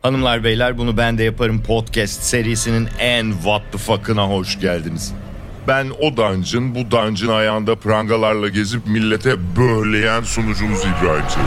Hanımlar beyler, Bunu Ben De Yaparım podcast serisinin en what the fuck'ına hoş geldiniz. Ben o dungeon, bu dungeon ayağında prangalarla gezip millete böğleyen sunucunuz İbrahim Çelik.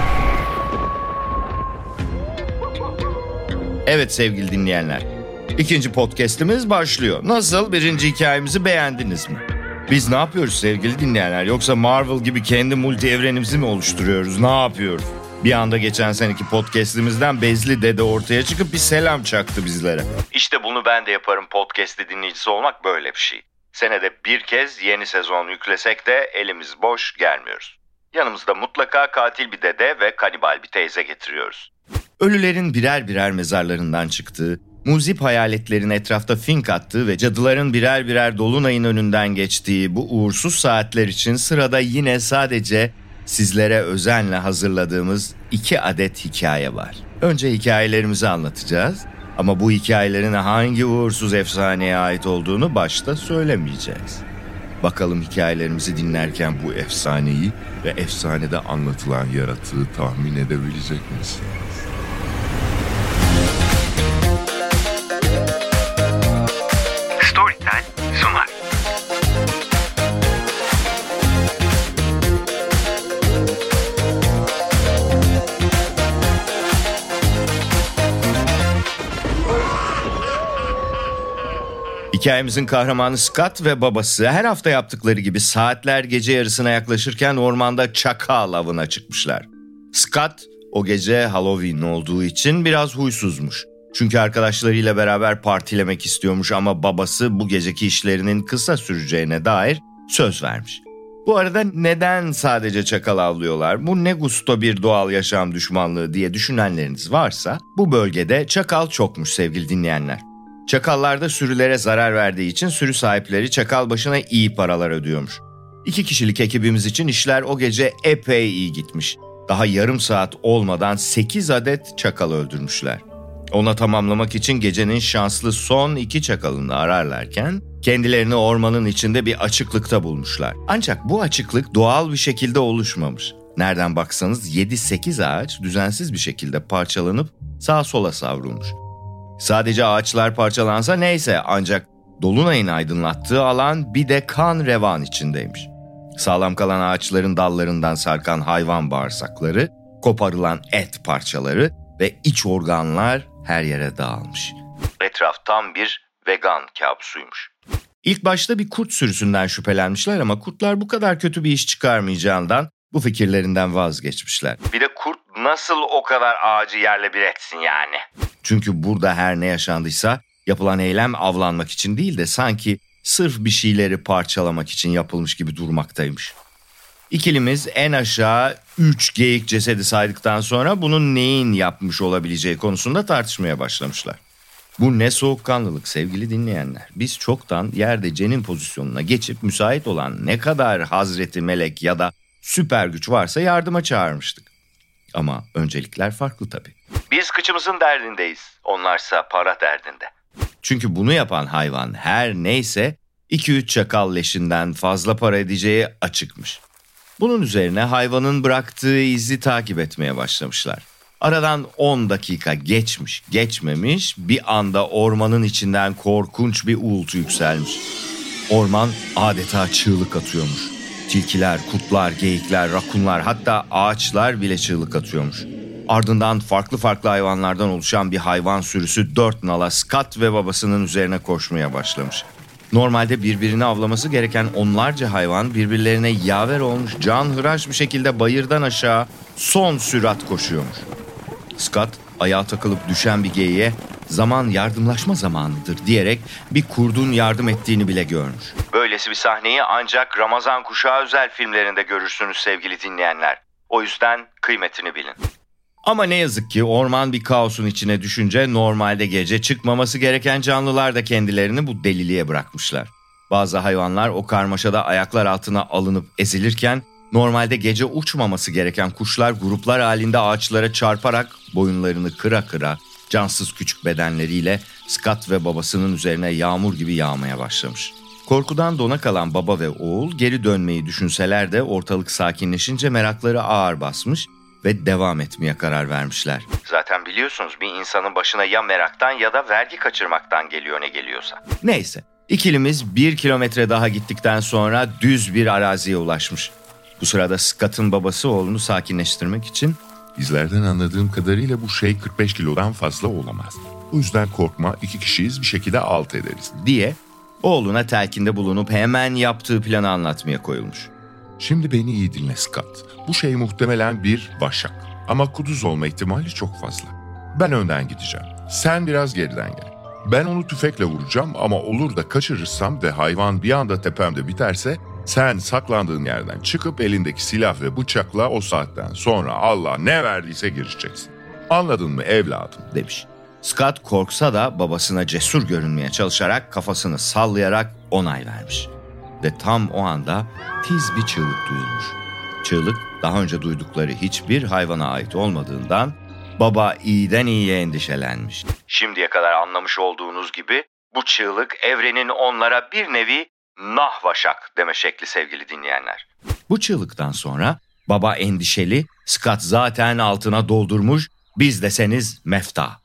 Evet sevgili dinleyenler, ikinci podcast'imiz başlıyor. Nasıl, birinci hikayemizi beğendiniz mi? Biz ne yapıyoruz sevgili dinleyenler? Yoksa Marvel gibi kendi multi evrenimizi mi oluşturuyoruz? Ne yapıyoruz? Bir anda geçen seneki podcast'imizden Bezli Dede ortaya çıkıp bir selam çaktı bizlere. İşte Bunu Ben De Yaparım podcast'i dinleyicisi olmak böyle bir şey. Senede bir kez yeni sezon yüklesek de elimiz boş gelmiyoruz. Yanımızda mutlaka katil bir dede ve kanibal bir teyze getiriyoruz. Ölülerin birer birer mezarlarından çıktığı, muzip hayaletlerin etrafta fink attığı ve cadıların birer birer dolunayın önünden geçtiği bu uğursuz saatler için sırada yine sadece sizlere özenle hazırladığımız 2 adet hikaye var. Önce hikayelerimizi anlatacağız ama bu hikayelerin hangi uğursuz efsaneye ait olduğunu başta söylemeyeceğiz. Bakalım hikayelerimizi dinlerken bu efsaneyi ve efsanede anlatılan yaratığı tahmin edebilecek misiniz? Storytel sunar. Hikayemizin kahramanı Scott ve babası her hafta yaptıkları gibi saatler gece yarısına yaklaşırken ormanda çakal avına çıkmışlar. Scott o gece Halloween olduğu için biraz huysuzmuş. Çünkü arkadaşlarıyla beraber partilemek istiyormuş ama babası bu geceki işlerinin kısa süreceğine dair söz vermiş. Bu arada neden sadece çakal avlıyorlar, bu ne gusto bir doğal yaşam düşmanlığı diye düşünenleriniz varsa bu bölgede çakal çokmuş sevgili dinleyenler. Çakallar da sürülere zarar verdiği için sürü sahipleri çakal başına iyi paralar ödüyormuş. 2 kişilik ekibimiz için işler o gece epey iyi gitmiş. Daha yarım saat olmadan 8 adet çakal öldürmüşler. Ona tamamlamak için gecenin şanslı son 2 çakalını ararlarken kendilerini ormanın içinde bir açıklıkta bulmuşlar. Ancak bu açıklık doğal bir şekilde oluşmamış. Nereden baksanız 7-8 ağaç düzensiz bir şekilde parçalanıp sağa sola savrulmuş. Sadece ağaçlar parçalansa neyse, ancak dolunayın aydınlattığı alan bir de kan revan içindeymiş. Sağlam kalan ağaçların dallarından sarkan hayvan bağırsakları, koparılan et parçaları ve iç organlar her yere dağılmış. Etraf tam bir vegan kabusuymuş. İlk başta bir kurt sürüsünden şüphelenmişler ama kurtlar bu kadar kötü bir iş çıkarmayacağından bu fikirlerinden vazgeçmişler. Bir de kurt nasıl o kadar ağacı yerle bir etsin yani? Çünkü burada her ne yaşandıysa yapılan eylem avlanmak için değil de sanki sırf bir şeyleri parçalamak için yapılmış gibi durmaktaymış. İkilimiz en aşağı 3 geyik cesedi saydıktan sonra bunun neyin yapmış olabileceği konusunda tartışmaya başlamışlar. Bu ne soğukkanlılık sevgili dinleyenler. Biz çoktan yerde cenin pozisyonuna geçip müsait olan ne kadar hazreti melek ya da süper güç varsa yardıma çağırmıştık. Ama öncelikler farklı tabii. Biz kıçımızın derdindeyiz. Onlarsa para derdinde. Çünkü bunu yapan hayvan her neyse 2-3 çakal leşinden fazla para edeceği açıkmış. Bunun üzerine hayvanın bıraktığı izi takip etmeye başlamışlar. Aradan 10 dakika geçmemiş bir anda ormanın içinden korkunç bir uğultu yükselmiş. Orman adeta çığlık atıyormuş. Tilkiler, kurtlar, geyikler, rakunlar, hatta ağaçlar bile çığlık atıyormuş. Ardından farklı hayvanlardan oluşan bir hayvan sürüsü 4 nala Scott ve babasının üzerine koşmaya başlamış. Normalde birbirini avlaması gereken onlarca hayvan birbirlerine yaver olmuş, canhıraş bir şekilde bayırdan aşağı son sürat koşuyormuş. Scott ayağa takılıp düşen bir geyiğe zaman yardımlaşma zamanıdır diyerek bir kurdun yardım ettiğini bile görmüş. Böylesi bir sahneyi ancak Ramazan kuşağı özel filmlerinde görürsünüz sevgili dinleyenler. O yüzden kıymetini bilin. Ama ne yazık ki orman bir kaosun içine düşünce normalde gece çıkmaması gereken canlılar da kendilerini bu deliliğe bırakmışlar. Bazı hayvanlar o karmaşada ayaklar altına alınıp ezilirken normalde gece uçmaması gereken kuşlar gruplar halinde ağaçlara çarparak boyunlarını kıra cansız küçük bedenleriyle Scott ve babasının üzerine yağmur gibi yağmaya başlamış. Korkudan dona kalan baba ve oğul geri dönmeyi düşünseler de ortalık sakinleşince merakları ağır basmış ve devam etmeye karar vermişler. Zaten biliyorsunuz bir insanın başına ya meraktan ya da vergi kaçırmaktan geliyor ne geliyorsa. Neyse, ikilimiz 1 kilometre daha gittikten sonra düz bir araziye ulaşmış. Bu sırada Scott'ın babası oğlunu sakinleştirmek için "İzlerden anladığım kadarıyla bu şey 45 kilodan fazla olamaz. O yüzden korkma, 2 kişiyiz, bir şekilde alt ederiz" diye oğluna telkinde bulunup hemen yaptığı planı anlatmaya koyulmuş. "Şimdi beni iyi dinle Scott. Bu şey muhtemelen bir vaşak. Ama kuduz olma ihtimali çok fazla. Ben önden gideceğim. Sen biraz geriden gel. Ben onu tüfekle vuracağım ama olur da kaçırırsam ve hayvan bir anda tepemde biterse sen saklandığın yerden çıkıp elindeki silah ve bıçakla o saatten sonra Allah ne verdiyse gireceksin. Anladın mı evladım?" demiş. Scott korksa da babasına cesur görünmeye çalışarak kafasını sallayarak onay vermiş. Ve tam o anda tiz bir çığlık duyulmuş. Çığlık daha önce duydukları hiçbir hayvana ait olmadığından baba iyiden iyiye endişelenmiş. Şimdiye kadar anlamış olduğunuz gibi bu çığlık evrenin onlara bir nevi nahvaşak deme şekli sevgili dinleyenler. Bu çığlıktan sonra baba endişeli, Scott zaten altına doldurmuş, biz deseniz mefta.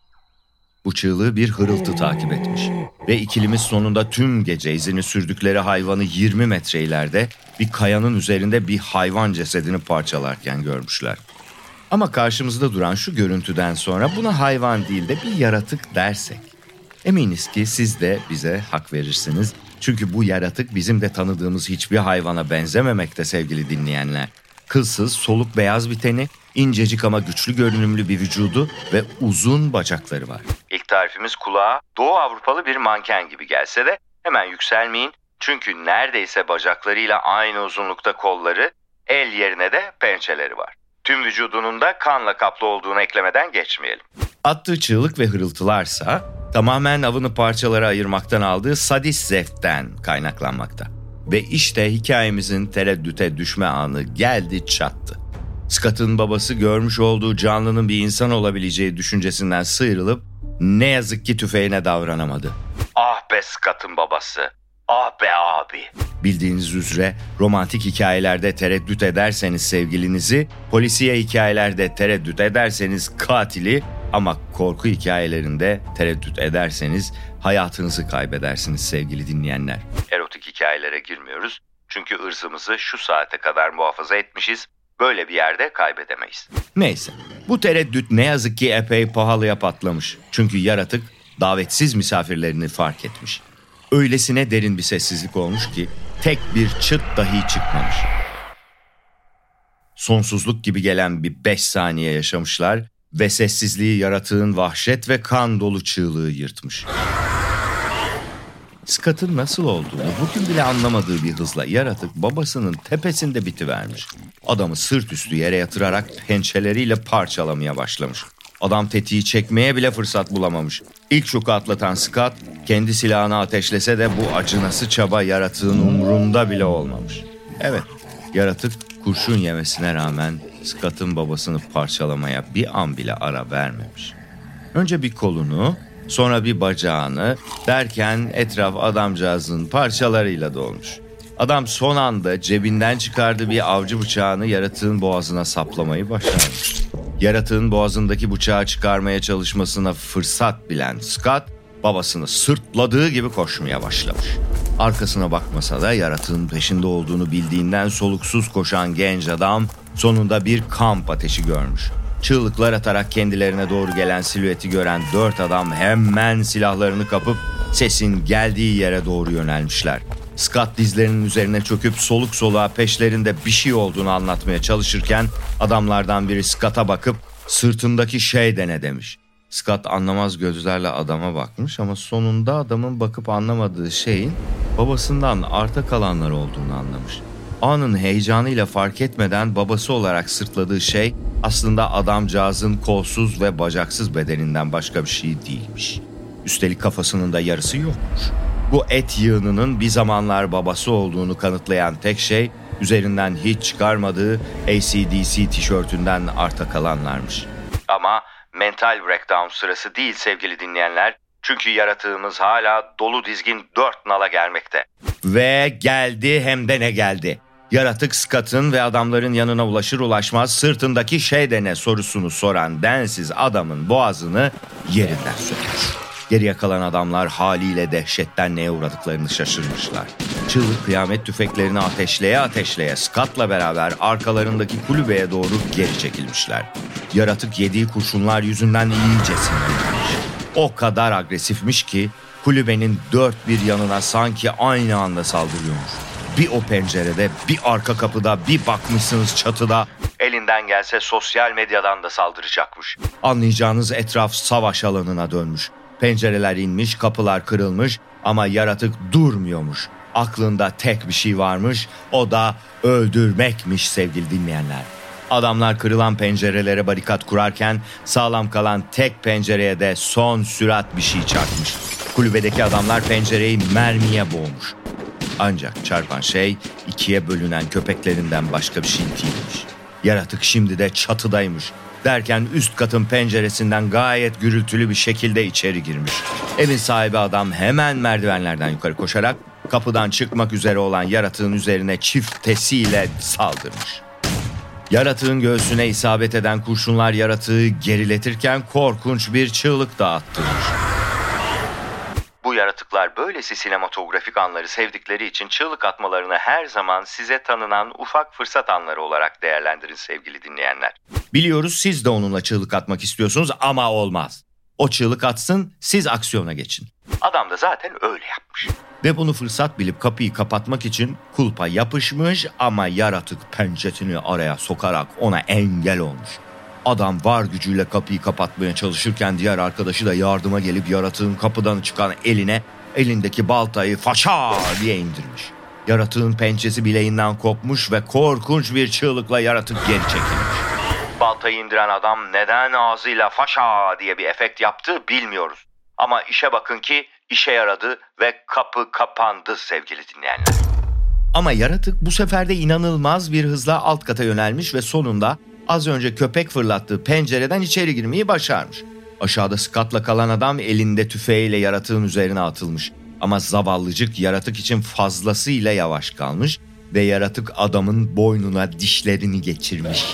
Bu çığlığı bir hırıltı takip etmiş ve ikilimiz sonunda tüm gece izini sürdükleri hayvanı 20 metre ileride bir kayanın üzerinde bir hayvan cesedini parçalarken görmüşler. Ama karşımızda duran şu görüntüden sonra buna hayvan değil de bir yaratık dersek, eminiz ki siz de bize hak verirsiniz. Çünkü bu yaratık bizim de tanıdığımız hiçbir hayvana benzememekte sevgili dinleyenler. Kılsız, soluk beyaz bir teni, incecik ama güçlü görünümlü bir vücudu ve uzun bacakları var. İlk tarifimiz kulağa Doğu Avrupalı bir manken gibi gelse de hemen yükselmeyin. Çünkü neredeyse bacaklarıyla aynı uzunlukta kolları, el yerine de pençeleri var. Tüm vücudunun da kanla kaplı olduğunu eklemeden geçmeyelim. Attığı çığlık ve hırıltılarsa tamamen avını parçalara ayırmaktan aldığı sadist zevkten kaynaklanmakta. Ve işte hikayemizin tereddüte düşme anı geldi çattı. Scott'ın babası görmüş olduğu canlının bir insan olabileceği düşüncesinden sıyrılıp ne yazık ki tüfeğine davranamadı. Ah be Scott'ın babası, ah be abi. Bildiğiniz üzere romantik hikayelerde tereddüt ederseniz sevgilinizi, polisiye hikayelerde tereddüt ederseniz katili, ama korku hikayelerinde tereddüt ederseniz hayatınızı kaybedersiniz sevgili dinleyenler. Erotik hikayelere girmiyoruz çünkü ırzımızı şu saate kadar muhafaza etmişiz. Böyle bir yerde kaybedemeyiz. Neyse, bu tereddüt ne yazık ki epey pahalıya patlamış. Çünkü yaratık davetsiz misafirlerini fark etmiş. Öylesine derin bir sessizlik olmuş ki tek bir çıt dahi çıkmamış. Sonsuzluk gibi gelen bir 5 saniye yaşamışlar ve sessizliği yaratığın vahşet ve kan dolu çığlığı yırtmış. Scott'ın nasıl olduğunu bugün bile anlamadığı bir hızla yaratık babasının tepesinde bitivermiş. Adamı sırt üstü yere yatırarak pençeleriyle parçalamaya başlamış. Adam tetiği çekmeye bile fırsat bulamamış. İlk şoku atlatan Scott kendi silahını ateşlese de bu acınası çaba yaratığın umrunda bile olmamış. Evet, yaratık kurşun yemesine rağmen Scott'ın babasını parçalamaya bir an bile ara vermemiş. Önce bir kolunu, sonra bir bacağını derken etraf adamcağızın parçalarıyla dolmuş. Adam son anda cebinden çıkardığı bir avcı bıçağını yaratığın boğazına saplamayı başarmış. Yaratığın boğazındaki bıçağı çıkarmaya çalışmasına fırsat bilen Scott, babasını sırtladığı gibi koşmaya başlamış. Arkasına bakmasa da yaratığın peşinde olduğunu bildiğinden soluksuz koşan genç adam sonunda bir kamp ateşi görmüş. Çığlıklar atarak kendilerine doğru gelen silüeti gören 4 adam hemen silahlarını kapıp sesin geldiği yere doğru yönelmişler. Scott dizlerinin üzerine çöküp soluk soluğa peşlerinde bir şey olduğunu anlatmaya çalışırken adamlardan biri Scott'a bakıp sırtındaki şey de ne demiş. Scott anlamaz gözlerle adama bakmış ama sonunda adamın bakıp anlamadığı şeyin babasından arta kalanlar olduğunu anlamış. Anın heyecanıyla fark etmeden babası olarak sırtladığı şey aslında adamcağızın kolsuz ve bacaksız bedeninden başka bir şey değilmiş. Üstelik kafasının da yarısı yokmuş. Bu et yığınının bir zamanlar babası olduğunu kanıtlayan tek şey üzerinden hiç çıkarmadığı AC/DC tişörtünden arta kalanlarmış. Ama mental breakdown sırası değil sevgili dinleyenler. Çünkü yaratığımız hala dolu dizgin 4 nala gelmekte. Ve geldi hem de ne geldi. Yaratık Scott'ın ve adamların yanına ulaşır ulaşmaz sırtındaki şey de ne sorusunu soran densiz adamın boğazını yerinden sökmüş. Geriye kalan adamlar haliyle dehşetten neye uğradıklarını şaşırmışlar. Çığlık kıyamet tüfeklerini ateşleye ateşleye Scott'la beraber arkalarındaki kulübeye doğru geri çekilmişler. Yaratık yediği kurşunlar yüzünden iyice sinirlenmiş. O kadar agresifmiş ki kulübenin dört bir yanına sanki aynı anda saldırıyormuş. Bir o pencerede, bir arka kapıda, bir bakmışsınız çatıda. Elinden gelse sosyal medyadan da saldıracakmış. Anlayacağınız etraf savaş alanına dönmüş. Pencereler inmiş, kapılar kırılmış ama yaratık durmuyormuş. Aklında tek bir şey varmış, o da öldürmekmiş sevgili dinleyenler. Adamlar kırılan pencerelere barikat kurarken sağlam kalan tek pencereye de son sürat bir şey çarpmış. Kulübedeki adamlar pencereyi mermiye boğmuş. Ancak çarpan şey ikiye bölünen köpeklerinden başka bir şey değilmiş. Yaratık şimdi de çatıdaymış. Derken üst katın penceresinden gayet gürültülü bir şekilde içeri girmiş. Evin sahibi adam hemen merdivenlerden yukarı koşarak kapıdan çıkmak üzere olan yaratığın üzerine çiftesiyle saldırmış. Yaratığın göğsüne isabet eden kurşunlar yaratığı geriletirken korkunç bir çığlık da attırmış. Bu yaratıklar böylesi sinematografik anları sevdikleri için çığlık atmalarını her zaman size tanınan ufak fırsat anları olarak değerlendirin sevgili dinleyenler. Biliyoruz siz de onunla çığlık atmak istiyorsunuz ama olmaz. O çığlık atsın, siz aksiyona geçin. Adam da zaten öyle yapmış. Ve bunu fırsat bilip kapıyı kapatmak için kulpa yapışmış ama yaratık pençetini araya sokarak ona engel olmuş. Adam var gücüyle kapıyı kapatmaya çalışırken diğer arkadaşı da yardıma gelip yaratığın kapıdan çıkan eline elindeki baltayı faşa diye indirmiş. Yaratığın pençesi bileğinden kopmuş ve korkunç bir çığlıkla yaratık geri çekilmiş. Baltayı indiren adam neden ağzıyla faşa diye bir efekt yaptı bilmiyoruz. Ama işe bakın ki işe yaradı ve kapı kapandı sevgili dinleyenler. Ama yaratık bu sefer de inanılmaz bir hızla alt kata yönelmiş ve sonunda az önce köpek fırlattığı pencereden içeri girmeyi başarmış. Aşağıda Scott'la kalan adam elinde tüfeğiyle yaratığın üzerine atılmış. Ama zavallıcık yaratık için fazlasıyla yavaş kalmış ve yaratık adamın boynuna dişlerini geçirmiş.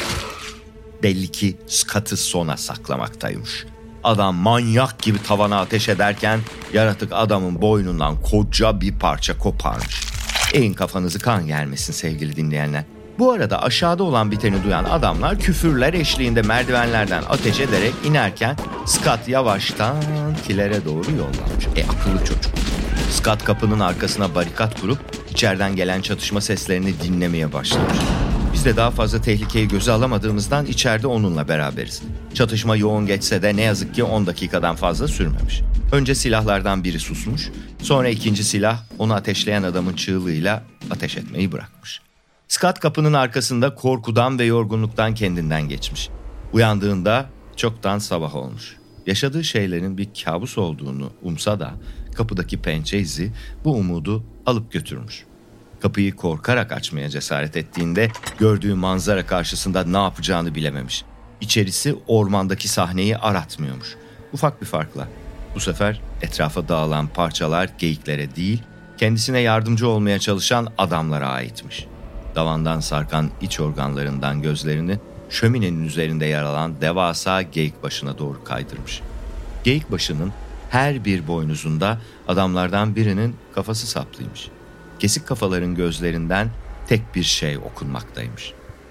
Belli ki Scott'ı sona saklamaktaymış. Adam manyak gibi tavana ateş ederken yaratık adamın boynundan koca bir parça koparmış. Eğin kafanızı kan gelmesin sevgili dinleyenler. Bu arada aşağıda olan biteni duyan adamlar küfürler eşliğinde merdivenlerden ateş ederek inerken Scott yavaştan kilere doğru yollanmış. Akıllı çocuk. Scott kapının arkasına barikat kurup içeriden gelen çatışma seslerini dinlemeye başlamış. Biz de daha fazla tehlikeyi göze alamadığımızdan içeride onunla beraberiz. Çatışma yoğun geçse de ne yazık ki 10 dakikadan fazla sürmemiş. Önce silahlardan biri susmuş, sonra ikinci silah onu ateşleyen adamın çığlığıyla ateş etmeyi bırakmış. Scott kapının arkasında korkudan ve yorgunluktan kendinden geçmiş. Uyandığında çoktan sabah olmuş. Yaşadığı şeylerin bir kabus olduğunu umsa da kapıdaki pençe izi bu umudu alıp götürmüş. Kapıyı korkarak açmaya cesaret ettiğinde gördüğü manzara karşısında ne yapacağını bilememiş. İçerisi ormandaki sahneyi aratmıyormuş. Ufak bir farkla. Bu sefer etrafa dağılan parçalar geyiklere değil, kendisine yardımcı olmaya çalışan adamlara aitmiş. Davandan sarkan iç organlarından gözlerini şöminenin üzerinde yer alan devasa geyik başına doğru kaydırmış. Geyik başının her bir boynuzunda adamlardan birinin kafası saplıymış. Kesik kafaların gözlerinden tek bir şey okunmaktaymış.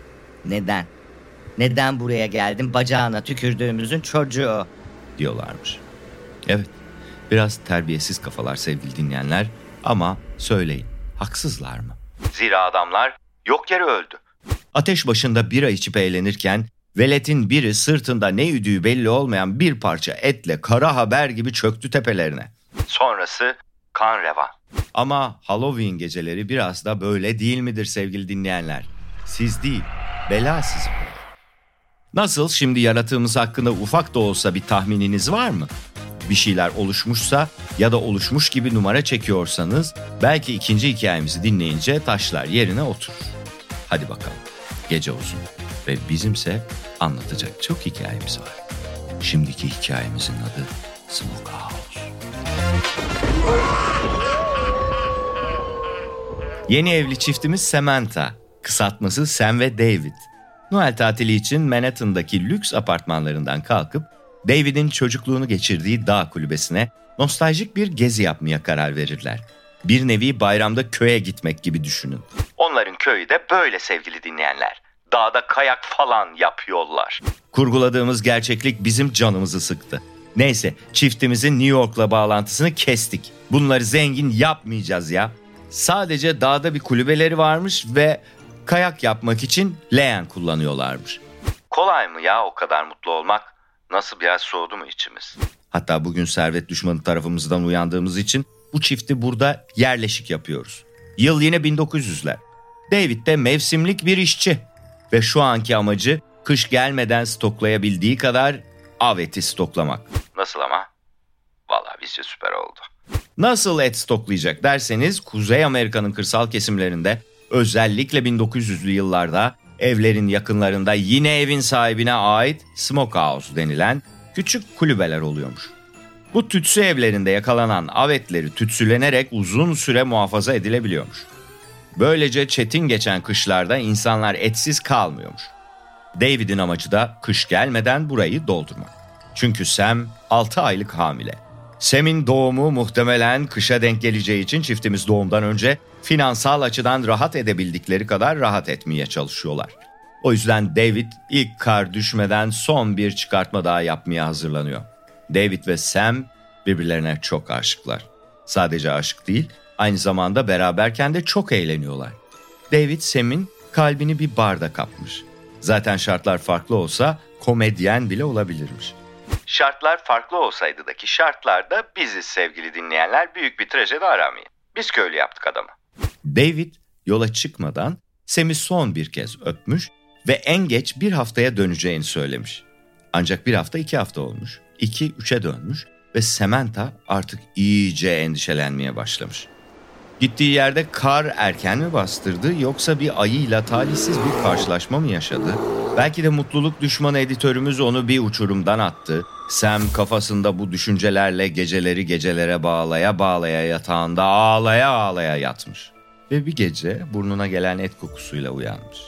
Neden? Neden buraya geldin bacağına tükürdüğümüzün çocuğu? Diyorlarmış. Evet, biraz terbiyesiz kafalar sevgili dinleyenler ama söyleyin, haksızlar mı? Zira adamlar yok yere öldü. Ateş başında bira içip eğlenirken veletin biri sırtında ne yüdüğü belli olmayan bir parça etle kara haber gibi çöktü tepelerine. Sonrası kan revan. Ama Halloween geceleri biraz da böyle değil midir sevgili dinleyenler? Siz değil, bela sizi bulur. Nasıl, şimdi yaratığımız hakkında ufak da olsa bir tahmininiz var mı? Bir şeyler oluşmuşsa ya da oluşmuş gibi numara çekiyorsanız belki ikinci hikayemizi dinleyince taşlar yerine oturur. Hadi bakalım, gece uzun ve bizimse anlatacak çok hikayemiz var. Şimdiki hikayemizin adı Smokehouse. Yeni evli çiftimiz Samantha, kısaltması Sam ve David. Noel tatili için Manhattan'daki lüks apartmanlarından kalkıp David'in çocukluğunu geçirdiği dağ kulübesine nostaljik bir gezi yapmaya karar verirler. Bir nevi bayramda köye gitmek gibi düşünün. Onların köyü de böyle sevgili dinleyenler. Dağda kayak falan yapıyorlar. Kurguladığımız gerçeklik bizim canımızı sıktı. Neyse, çiftimizin New York'la bağlantısını kestik. Bunları zengin yapmayacağız ya. Sadece dağda bir kulübeleri varmış ve kayak yapmak için leğen kullanıyorlarmış. Kolay mı ya o kadar mutlu olmak? Nasıl biraz soğudu mu içimiz? Hatta bugün servet düşmanı tarafımızdan uyandığımız için bu çifti burada yerleşik yapıyoruz. Yıl yine 1900'ler. David de mevsimlik bir işçi. Ve şu anki amacı kış gelmeden stoklayabildiği kadar av eti stoklamak. Nasıl ama? Vallahi bizce süper oldu. Nasıl et stoklayacak derseniz Kuzey Amerika'nın kırsal kesimlerinde özellikle 1900'lü yıllarda evlerin yakınlarında yine evin sahibine ait smokehouse denilen küçük kulübeler oluyormuş. Bu tütsü evlerinde yakalanan av etleri tütsülenerek uzun süre muhafaza edilebiliyormuş. Böylece çetin geçen kışlarda insanlar etsiz kalmıyormuş. David'in amacı da kış gelmeden burayı doldurmak. Çünkü Sam 6 aylık hamile. Sam'in doğumu muhtemelen kışa denk geleceği için çiftimiz doğumdan önce finansal açıdan rahat edebildikleri kadar rahat etmeye çalışıyorlar. O yüzden David ilk kar düşmeden son bir çıkartma daha yapmaya hazırlanıyor. David ve Sam birbirlerine çok aşıklar. Sadece aşık değil, aynı zamanda beraberken de çok eğleniyorlar. David Sam'in kalbini bir barda kapmış. Zaten şartlar farklı olsa komedyen bile olabilirmiş. Şartlar farklı olsaydı da ki şartlarda biziz sevgili dinleyenler, büyük bir trajedi aramayın. Biz köylü yaptık adamı. David yola çıkmadan Sam'i son bir kez öpmüş ve en geç bir haftaya döneceğini söylemiş. Ancak bir hafta 2 hafta olmuş, 2-3'e dönmüş ve Samantha artık iyice endişelenmeye başlamış. Gittiği yerde kar erken mi bastırdı yoksa bir ayıyla talihsiz bir karşılaşma mı yaşadı? Belki de mutluluk düşmanı editörümüz onu bir uçurumdan attı. Sam kafasında bu düşüncelerle geceleri gecelere bağlaya yatağında ağlaya yatmış. Ve bir gece burnuna gelen et kokusuyla uyanmış.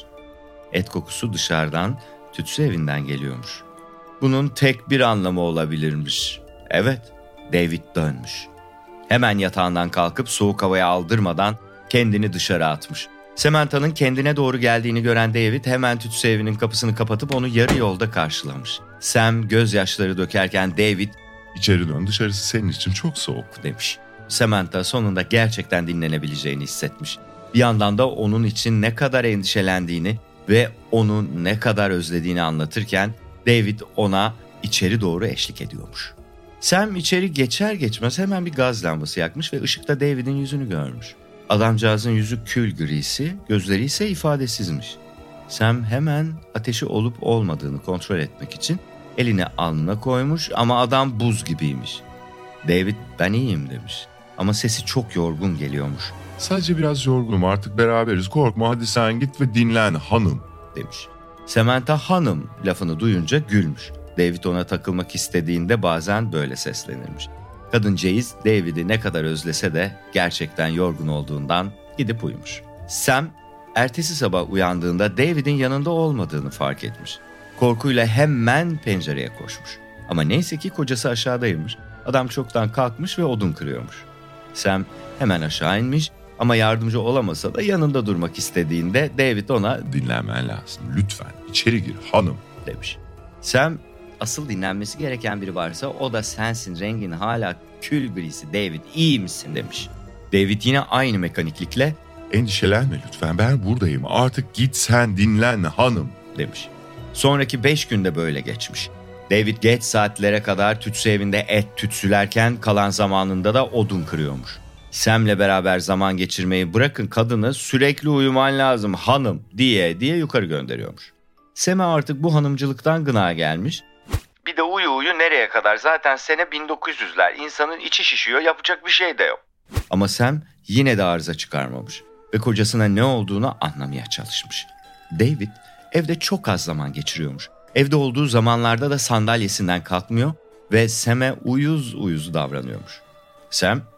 Et kokusu dışarıdan, tütsü evinden geliyormuş. Bunun tek bir anlamı olabilirmiş. Evet, David dönmüş. Hemen yatağından kalkıp soğuk havaya aldırmadan kendini dışarı atmış. Samantha'nın kendine doğru geldiğini gören David hemen tütsü evinin kapısını kapatıp onu yarı yolda karşılamış. Sam gözyaşları dökerken David "İçeri dön, dışarısı senin için çok soğuk," demiş. Samantha sonunda gerçekten dinlenebileceğini hissetmiş. Bir yandan da onun için ne kadar endişelendiğini ve onu ne kadar özlediğini anlatırken David ona içeri doğru eşlik ediyormuş. Sam içeri geçer geçmez hemen bir gaz lambası yakmış ve ışıkta David'in yüzünü görmüş. Adamcağızın yüzü kül grisi, gözleri ise ifadesizmiş. Sam hemen ateşi olup olmadığını kontrol etmek için elini alnına koymuş ama adam buz gibiymiş. David "Ben iyiyim," demiş ama sesi çok yorgun geliyormuş. "Sadece biraz yorgunum, artık beraberiz, korkma, hadi sen git ve dinlen hanım," demiş. Samantha hanım lafını duyunca gülmüş. David ona takılmak istediğinde bazen böyle seslenirmiş. Kadıncağız David'i ne kadar özlese de gerçekten yorgun olduğundan gidip uyumuş. Sam ertesi sabah uyandığında David'in yanında olmadığını fark etmiş. Korkuyla hemen pencereye koşmuş. Ama neyse ki kocası aşağıdaymış. Adam çoktan kalkmış ve odun kırıyormuş. Sam hemen aşağı inmiş ama yardımcı olamasa da yanında durmak istediğinde David ona "Dinlenmen lazım, lütfen içeri gir hanım," demiş. Sam asıl dinlenmesi gereken biri varsa o da sensin, rengin hala kül grisi David, iyi misin demiş. David yine aynı mekaniklikle "Endişelenme lütfen, ben buradayım, artık git sen dinlen hanım," demiş. Sonraki 5 günde böyle geçmiş. David geç saatlere kadar tütsü evinde et tütsülerken kalan zamanında da odun kırıyormuş. Sam'le beraber zaman geçirmeyi bırakın, kadını sürekli uyuman lazım hanım diye yukarı gönderiyormuş. Sam'e artık bu hanımcılıktan gına gelmiş. Bir de uyu nereye kadar, zaten sene 1900'ler, insanın içi şişiyor, yapacak bir şey de yok. Ama Sam yine de arıza çıkarmamış ve kocasına ne olduğunu anlamaya çalışmış. David evde çok az zaman geçiriyormuş. Evde olduğu zamanlarda da sandalyesinden kalkmıyor ve Sam'e uyuz davranıyormuş. Sam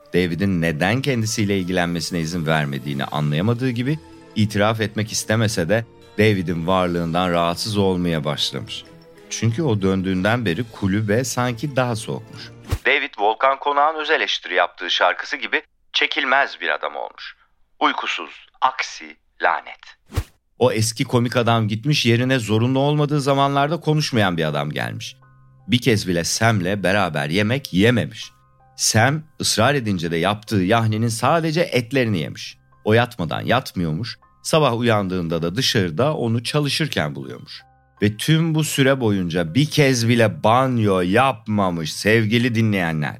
David'in neden kendisiyle ilgilenmesine izin vermediğini anlayamadığı gibi itiraf etmek istemese de David'in varlığından rahatsız olmaya başlamış. Çünkü o döndüğünden beri kulübe sanki daha soğukmuş. David, Volkan Konak'ın öz eleştiri yaptığı şarkısı gibi çekilmez bir adam olmuş. Uykusuz, aksi, lanet. O eski komik adam gitmiş, yerine zorunlu olmadığı zamanlarda konuşmayan bir adam gelmiş. Bir kez bile Sam'le beraber yemek yememiş. Sam ısrar edince de yaptığı yahninin sadece etlerini yemiş. O yatmadan yatmıyormuş, sabah uyandığında da dışarıda onu çalışırken buluyormuş. Ve tüm bu süre boyunca bir kez bile banyo yapmamış sevgili dinleyenler.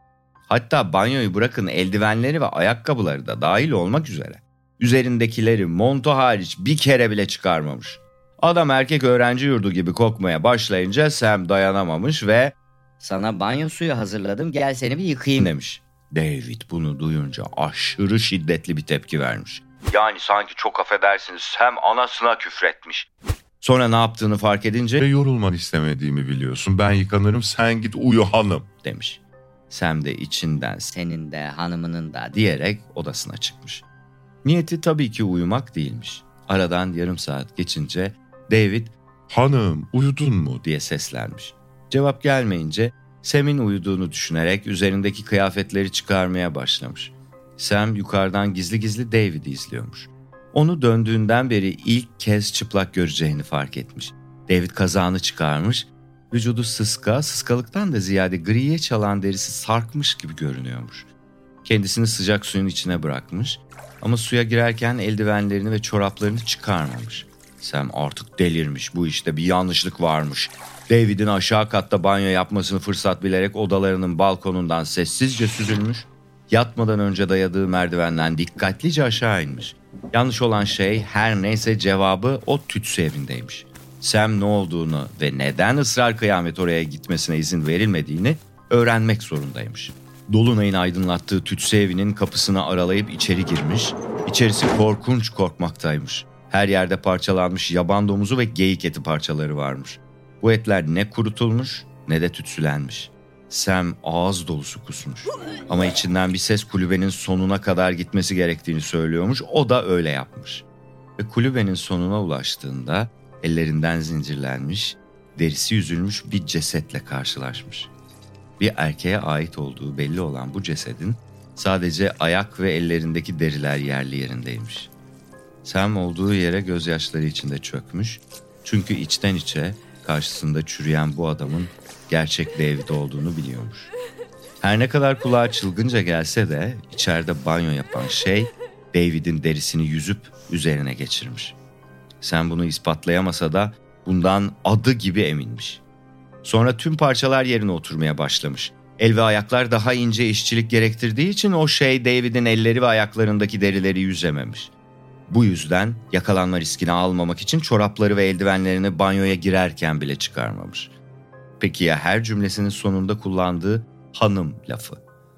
Hatta banyoyu bırakın, eldivenleri ve ayakkabıları da dahil olmak üzere üzerindekileri montu hariç bir kere bile çıkarmamış. Adam erkek öğrenci yurdu gibi kokmaya başlayınca Sam dayanamamış ve "Sana banyo suyu hazırladım, gel seni bir yıkayayım" demiş. David bunu duyunca aşırı şiddetli bir tepki vermiş. Yani sanki çok affedersiniz Sam anasına küfretmiş. Sonra ne yaptığını fark edince Ve yorulmanı istemediğimi biliyorsun. Ben yıkanırım, sen git uyu hanım demiş. Sam de içinden "Senin de hanımının da" diyerek odasına çıkmış. Niyeti tabii ki uyumak değilmiş. Aradan yarım saat geçince David hanım uyudun mu diye seslenmiş. Cevap gelmeyince Sam'in uyuduğunu düşünerek üzerindeki kıyafetleri çıkarmaya başlamış. Sam yukarıdan gizli gizli David'i izliyormuş. Onu döndüğünden beri ilk kez çıplak göreceğini fark etmiş. David kazağını çıkarmış, vücudu sıskalıktan da ziyade griye çalan derisi sarkmış gibi görünüyormuş. Kendisini sıcak suyun içine bırakmış ama suya girerken eldivenlerini ve çoraplarını çıkarmamış. Sam artık delirmiş, bu işte bir yanlışlık varmış. David'in aşağı katta banyo yapmasını fırsat bilerek odalarının balkonundan sessizce süzülmüş. Yatmadan önce dayadığı merdivenden dikkatlice aşağı inmiş. Yanlış olan şey her neyse cevabı o tütsü evindeymiş. Sam ne olduğunu ve neden ısrar kıyamet oraya gitmesine izin verilmediğini öğrenmek zorundaymış. Dolunay'ın aydınlattığı tütsü evinin kapısını aralayıp içeri girmiş. İçerisi korkunç korkmaktaymış. Her yerde parçalanmış yaban domuzu ve geyik eti parçaları varmış. Bu etler ne kurutulmuş ne de tütsülenmiş. Sam ağız dolusu kusmuş. Ama içinden bir ses kulübenin sonuna kadar gitmesi gerektiğini söylüyormuş. O da öyle yapmış. Ve kulübenin sonuna ulaştığında ellerinden zincirlenmiş, derisi yüzülmüş bir cesetle karşılaşmış. Bir erkeğe ait olduğu belli olan bu cesedin sadece ayak ve ellerindeki deriler yerli yerindeymiş. Sam olduğu yere gözyaşları içinde çökmüş. Çünkü içten içe karşısında çürüyen bu adamın gerçek David olduğunu biliyormuş. Her ne kadar kulağa çılgınca gelse de içeride banyo yapan şey David'in derisini yüzüp üzerine geçirmiş. Sam bunu ispatlayamasa da bundan adı gibi eminmiş. Sonra tüm parçalar yerine oturmaya başlamış. El ve ayaklar daha ince işçilik gerektirdiği için o şey David'in elleri ve ayaklarındaki derileri yüzememiş. Bu yüzden yakalanma riskini almamak için çorapları ve eldivenlerini banyoya girerken bile çıkarmamış. Peki ya her cümlesinin sonunda kullandığı hanım lafı?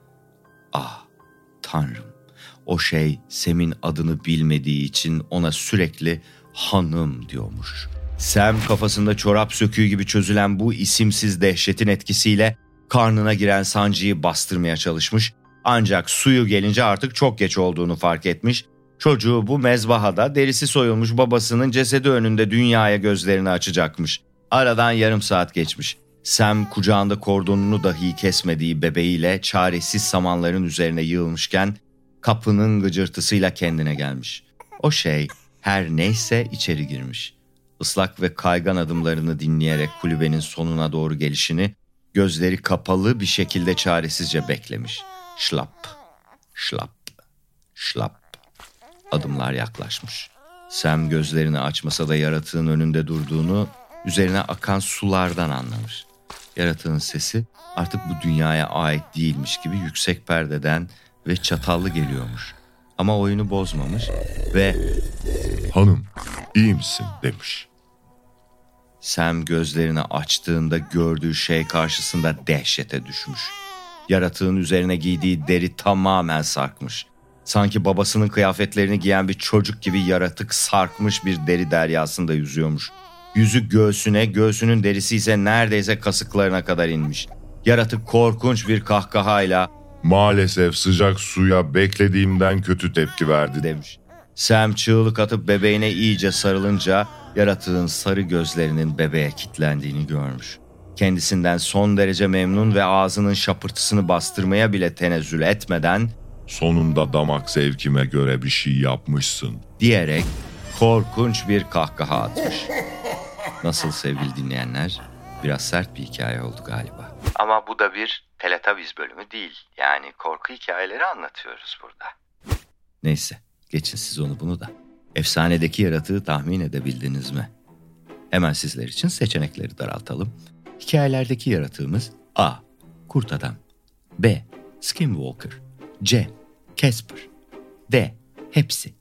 Ah Tanrım, o şey Sam'in adını bilmediği için ona sürekli hanım diyormuş. Sam kafasında çorap söküğü gibi çözülen bu isimsiz dehşetin etkisiyle karnına giren sancıyı bastırmaya çalışmış. Ancak suyu gelince artık çok geç olduğunu fark etmiş. Çocuğu bu mezbahada derisi soyulmuş babasının cesedi önünde dünyaya gözlerini açacakmış. Aradan yarım saat geçmiş. Sam kucağında kordonunu dahi kesmediği bebeğiyle çaresiz samanların üzerine yığılmışken kapının gıcırtısıyla kendine gelmiş. O şey her neyse içeri girmiş. Islak ve kaygan adımlarını dinleyerek kulübenin sonuna doğru gelişini gözleri kapalı bir şekilde çaresizce beklemiş. Şlap, şlap, şlap. Adımlar yaklaşmış. Sam gözlerini açmasa da yaratığın önünde durduğunu üzerine akan sulardan anlamış. Yaratığın sesi artık bu dünyaya ait değilmiş gibi yüksek perdeden ve çatallı geliyormuş. Ama oyunu bozmamış ve hanım iyi misin demiş. Sam gözlerini açtığında gördüğü şey karşısında dehşete düşmüş. Yaratığın üzerine giydiği deri tamamen sarkmış. Sanki babasının kıyafetlerini giyen bir çocuk gibi yaratık sarkmış bir deri deryasında yüzüyormuş. Yüzü göğsüne, göğsünün derisi ise neredeyse kasıklarına kadar inmiş. Yaratık korkunç bir kahkahayla Maalesef sıcak suya beklediğimden kötü tepki verdi demiş. Sam çığlık atıp bebeğine iyice sarılınca yaratığın sarı gözlerinin bebeğe kilitlendiğini görmüş. Kendisinden son derece memnun ve ağzının şapırtısını bastırmaya bile tenezzül etmeden "Sonunda damak zevkime göre bir şey yapmışsın" diyerek korkunç bir kahkaha atmış. Nasıl sevgili dinleyenler? Biraz sert bir hikaye oldu galiba. Ama bu da bir Teletubbies bölümü değil. Yani korku hikayeleri anlatıyoruz burada. Neyse, geçin siz onu bunu da. Efsanedeki yaratığı tahmin edebildiniz mi? Hemen sizler için seçenekleri daraltalım. Hikayelerdeki yaratığımız A. Kurt adam, B. Skinwalker, C. Casper, D. Hepsi.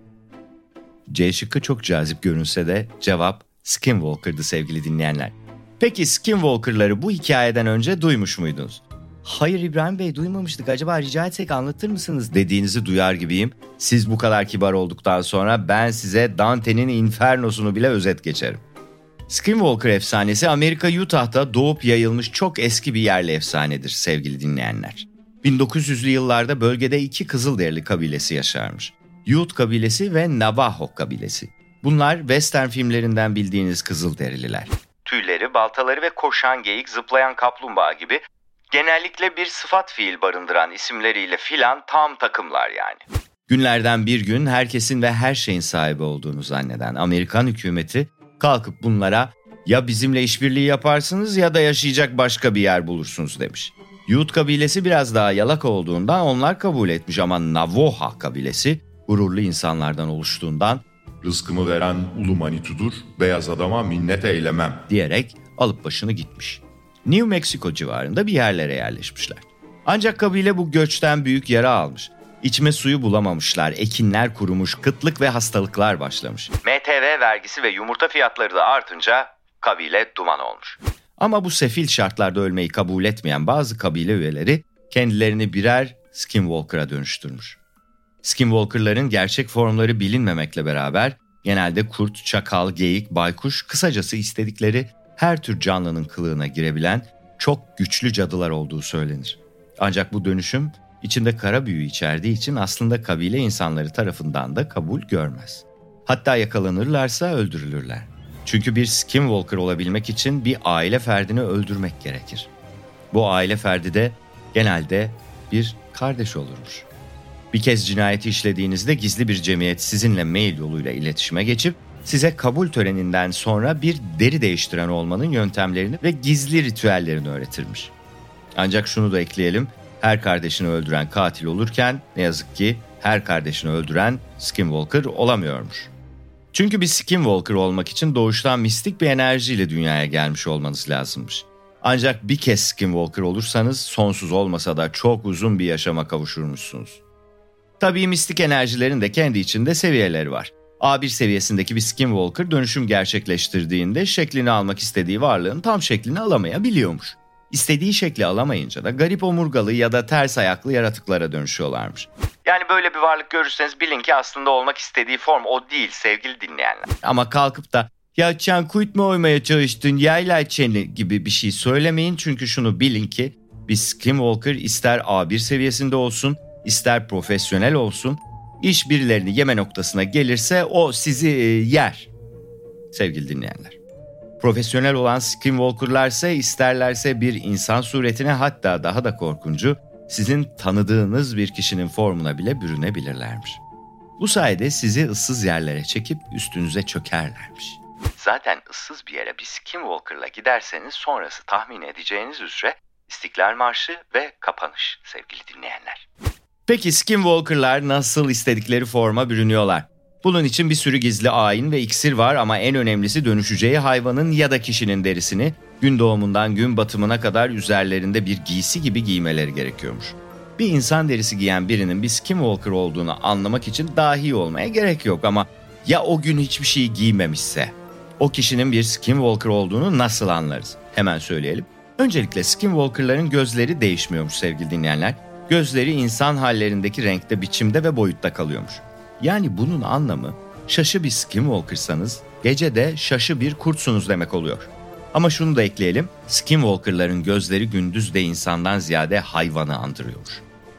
C şıkkı çok cazip görünse de cevap Skinwalker'dı sevgili dinleyenler. Peki Skinwalker'ları bu hikayeden önce duymuş muydunuz? Hayır İbrahim Bey, duymamıştık, acaba rica etsek anlatır mısınız dediğinizi duyar gibiyim. Siz bu kadar kibar olduktan sonra ben size Dante'nin Inferno'sunu bile özet geçerim. Skinwalker efsanesi Amerika Utah'ta doğup yayılmış çok eski bir yerli efsanedir sevgili dinleyenler. 1900'lü yıllarda bölgede 2 Kızılderili kabilesi yaşarmış. Ute kabilesi ve Navajo kabilesi. Bunlar western filmlerinden bildiğiniz Kızılderililer. Tüyleri, baltaları ve koşan geyik, zıplayan kaplumbağa gibi genellikle bir sıfat fiil barındıran isimleriyle filan tam takımlar yani. Günlerden bir gün herkesin ve her şeyin sahibi olduğunu zanneden Amerikan hükümeti kalkıp bunlara "Ya bizimle işbirliği yaparsınız ya da yaşayacak başka bir yer bulursunuz" demiş. Ute kabilesi biraz daha yalaka olduğundan onlar kabul etmiş ama Navajo kabilesi gururlu insanlardan oluştuğundan "Rızkımı veren ulu Manitu'dur, beyaz adama minnet eylemem" diyerek alıp başını gitmiş. New Mexico civarında bir yerlere yerleşmişler. Ancak kabile bu göçten büyük yara almış. İçme suyu bulamamışlar, ekinler kurumuş, kıtlık ve hastalıklar başlamış. MTV vergisi ve yumurta fiyatları da artınca kabile duman olmuş. Ama bu sefil şartlarda ölmeyi kabul etmeyen bazı kabile üyeleri kendilerini birer Skinwalker'a dönüştürmüş. Skinwalker'ların gerçek formları bilinmemekle beraber genelde kurt, çakal, geyik, baykuş, kısacası istedikleri her tür canlının kılığına girebilen çok güçlü cadılar olduğu söylenir. Ancak bu dönüşüm içinde kara büyü içerdiği için aslında kabile insanları tarafından da kabul görmez. Hatta yakalanırlarsa öldürülürler. Çünkü bir Skinwalker olabilmek için bir aile ferdini öldürmek gerekir. Bu aile ferdi de genelde bir kardeş olurmuş. Bir kez cinayeti işlediğinizde gizli bir cemiyet sizinle mail yoluyla iletişime geçip size kabul töreninden sonra bir deri değiştiren olmanın yöntemlerini ve gizli ritüellerini öğretirmiş. Ancak şunu da ekleyelim, her kardeşini öldüren katil olurken ne yazık ki her kardeşini öldüren Skinwalker olamıyormuş. Çünkü bir Skinwalker olmak için doğuştan mistik bir enerjiyle dünyaya gelmiş olmanız lazımmış. Ancak bir kez Skinwalker olursanız sonsuz olmasa da çok uzun bir yaşama kavuşurmuşsunuz. Tabii mistik enerjilerin de kendi içinde seviyeleri var. A1 seviyesindeki bir Skinwalker dönüşüm gerçekleştirdiğinde şeklini almak istediği varlığın tam şeklini alamayabiliyormuş. İstediği şekli alamayınca da garip omurgalı ya da ters ayaklı yaratıklara dönüşüyorlarmış. Yani böyle bir varlık görürseniz bilin ki aslında olmak istediği form o değil sevgili dinleyenler. Ama kalkıp da "Ya sen kuyut mu oymaya çalıştın yayla çeni" gibi bir şey söylemeyin, çünkü şunu bilin ki bir Skinwalker ister A1 seviyesinde olsun, ister profesyonel olsun, iş birilerini yeme noktasına gelirse o sizi yer sevgili dinleyenler. Profesyonel olan Skinwalker'larsa isterlerse bir insan suretine, hatta daha da korkuncu sizin tanıdığınız bir kişinin formuna bile bürünebilirlermiş. Bu sayede sizi ıssız yerlere çekip üstünüze çökerlermiş. Zaten ıssız bir yere bir Skinwalker'la giderseniz sonrası tahmin edeceğiniz üzere İstiklal Marşı ve kapanış sevgili dinleyenler. Peki Skinwalker'lar nasıl istedikleri forma bürünüyorlar? Bunun için bir sürü gizli ayin ve iksir var ama en önemlisi dönüşeceği hayvanın ya da kişinin derisini gün doğumundan gün batımına kadar üzerlerinde bir giysi gibi giymeleri gerekiyormuş. Bir insan derisi giyen birinin bir Skinwalker olduğunu anlamak için dahi olmaya gerek yok ama ya o gün hiçbir şey giymemişse? O kişinin bir Skinwalker olduğunu nasıl anlarız? Hemen söyleyelim. Öncelikle Skinwalker'ların gözleri değişmiyormuş sevgili dinleyenler. Gözleri insan hallerindeki renkte, biçimde ve boyutta kalıyormuş. Yani bunun anlamı şaşı bir Skinwalker'sanız gece de şaşı bir kurtsunuz demek oluyor. Ama şunu da ekleyelim, Skinwalker'ların gözleri gündüz de insandan ziyade hayvanı andırıyormuş.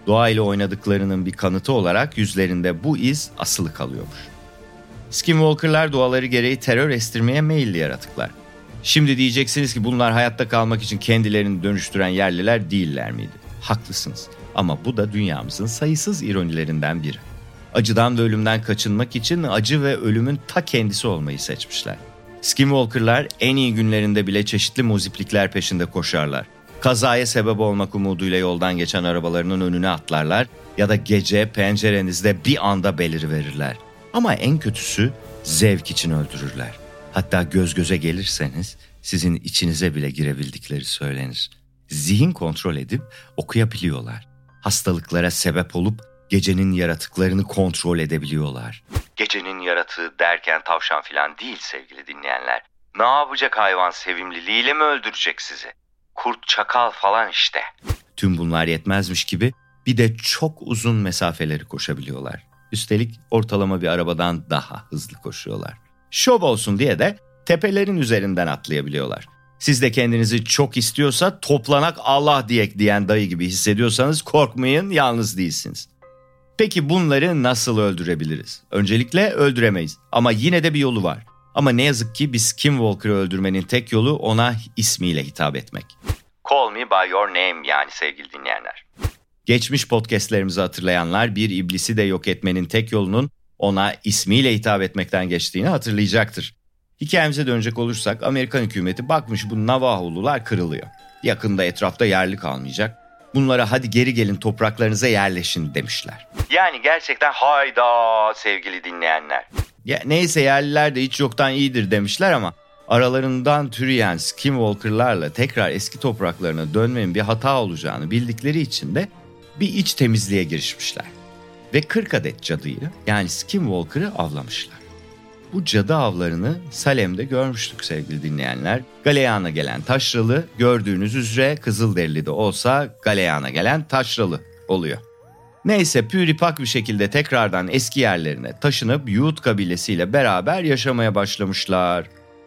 Doğayla oynadıklarının bir kanıtı olarak yüzlerinde bu iz asılı kalıyormuş. Skinwalker'lar doğaları gereği terör estirmeye meyilli yaratıklar. Şimdi diyeceksiniz ki bunlar hayatta kalmak için kendilerini dönüştüren yerliler değiller miydi? Haklısınız. Ama bu da dünyamızın sayısız ironilerinden biri. Acıdan ve ölümden kaçınmak için acı ve ölümün ta kendisi olmayı seçmişler. Skinwalker'lar en iyi günlerinde bile çeşitli muziplikler peşinde koşarlar. Kazaya sebep olmak umuduyla yoldan geçen arabalarının önüne atlarlar ya da gece pencerenizde bir anda beliriverirler. Ama en kötüsü zevk için öldürürler. Hatta göz göze gelirseniz sizin içinize bile girebildikleri söylenir. Zihin kontrol edip okuyabiliyorlar. Hastalıklara sebep olup gecenin yaratıklarını kontrol edebiliyorlar. Gecenin yaratığı derken tavşan falan değil sevgili dinleyenler. Ne yapacak hayvan sevimliliğiyle mi öldürecek sizi? Kurt, çakal falan işte. Tüm bunlar yetmezmiş gibi bir de çok uzun mesafeleri koşabiliyorlar. Üstelik ortalama bir arabadan daha hızlı koşuyorlar. Şov olsun diye de tepelerin üzerinden atlayabiliyorlar. Siz de kendinizi çok istiyorsa toplanak Allah diyek diyen dayı gibi hissediyorsanız korkmayın, yalnız değilsiniz. Peki bunları nasıl öldürebiliriz? Öncelikle öldüremeyiz ama yine de bir yolu var. Ama ne yazık ki bir Skinwalker'ı öldürmenin tek yolu ona ismiyle hitap etmek. Call me by your name yani sevgili dinleyenler. Geçmiş podcastlerimizi hatırlayanlar bir iblisi de yok etmenin tek yolunun ona ismiyle hitap etmekten geçtiğini hatırlayacaktır. Hikayemize dönecek olursak Amerikan hükümeti bakmış bu Navajo'lular kırılıyor. Yakında etrafta yerli kalmayacak. Bunlara hadi geri gelin topraklarınıza yerleşin demişler. Yani gerçekten hayda sevgili dinleyenler. Ya neyse yerliler de hiç yoktan iyidir demişler ama aralarından türeyen Skinwalker'larla tekrar eski topraklarına dönmenin bir hata olacağını bildikleri için de bir iç temizliğe girişmişler. Ve 40 adet cadıyı yani Skinwalker'ı avlamışlar. Bu cadı avlarını Salem'de görmüştük sevgili dinleyenler. Galeyana gelen taşralı gördüğünüz üzere Kızılderili de olsa galeyana gelen taşralı oluyor. Neyse püripak bir şekilde tekrardan eski yerlerine taşınıp Ute kabilesiyle beraber yaşamaya başlamışlar.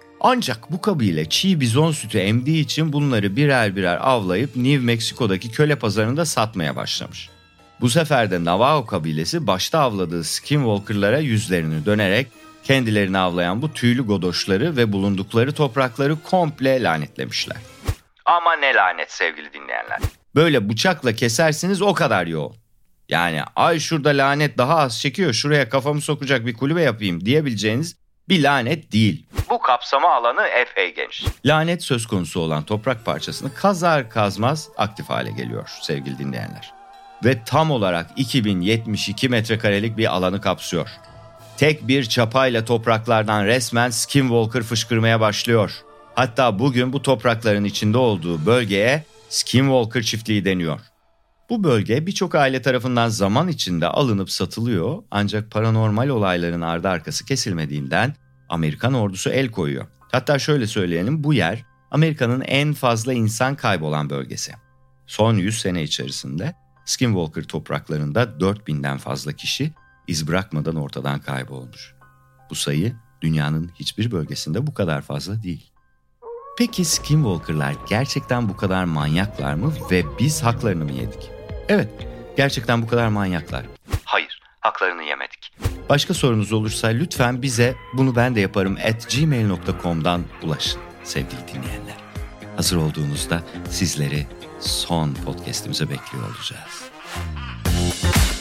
Ancak bu kabile çiğ bizon sütü emdiği için bunları birer birer avlayıp New Mexico'daki köle pazarında satmaya başlamış. Bu sefer de Navajo kabilesi başta avladığı Skinwalker'lara yüzlerini dönerek kendilerini avlayan bu tüylü godoşları ve bulundukları toprakları komple lanetlemişler. Ama ne lanet sevgili dinleyenler. Böyle bıçakla kesersiniz o kadar yoğun. Yani ay şurada lanet daha az çekiyor şuraya kafamı sokacak bir kulübe yapayım diyebileceğiniz bir lanet değil. Bu kapsama alanı epey geniş. Lanet söz konusu olan toprak parçasını kazar kazmaz aktif hale geliyor sevgili dinleyenler. Ve tam olarak 2072 metrekarelik bir alanı kapsıyor. Tek bir çapayla topraklardan resmen Skinwalker fışkırmaya başlıyor. Hatta bugün bu toprakların içinde olduğu bölgeye Skinwalker çiftliği deniyor. Bu bölge birçok aile tarafından zaman içinde alınıp satılıyor ancak paranormal olayların ardı arkası kesilmediğinden Amerikan ordusu el koyuyor. Hatta şöyle söyleyelim bu yer Amerika'nın en fazla insan kaybolan bölgesi. Son 100 sene içerisinde Skinwalker topraklarında 4000'den fazla kişi iz bırakmadan ortadan kaybolmuş. Bu sayı dünyanın hiçbir bölgesinde bu kadar fazla değil. Peki Skinwalker'lar gerçekten bu kadar manyaklar mı ve biz haklarını mı yedik? Evet, gerçekten bu kadar manyaklar. Hayır, haklarını yemedik. Başka sorunuz olursa lütfen bize bunu ben de yaparım @gmail.com'dan ulaşın sevgili dinleyenler. Hazır olduğunuzda sizleri son podcast'imize bekliyor olacağız.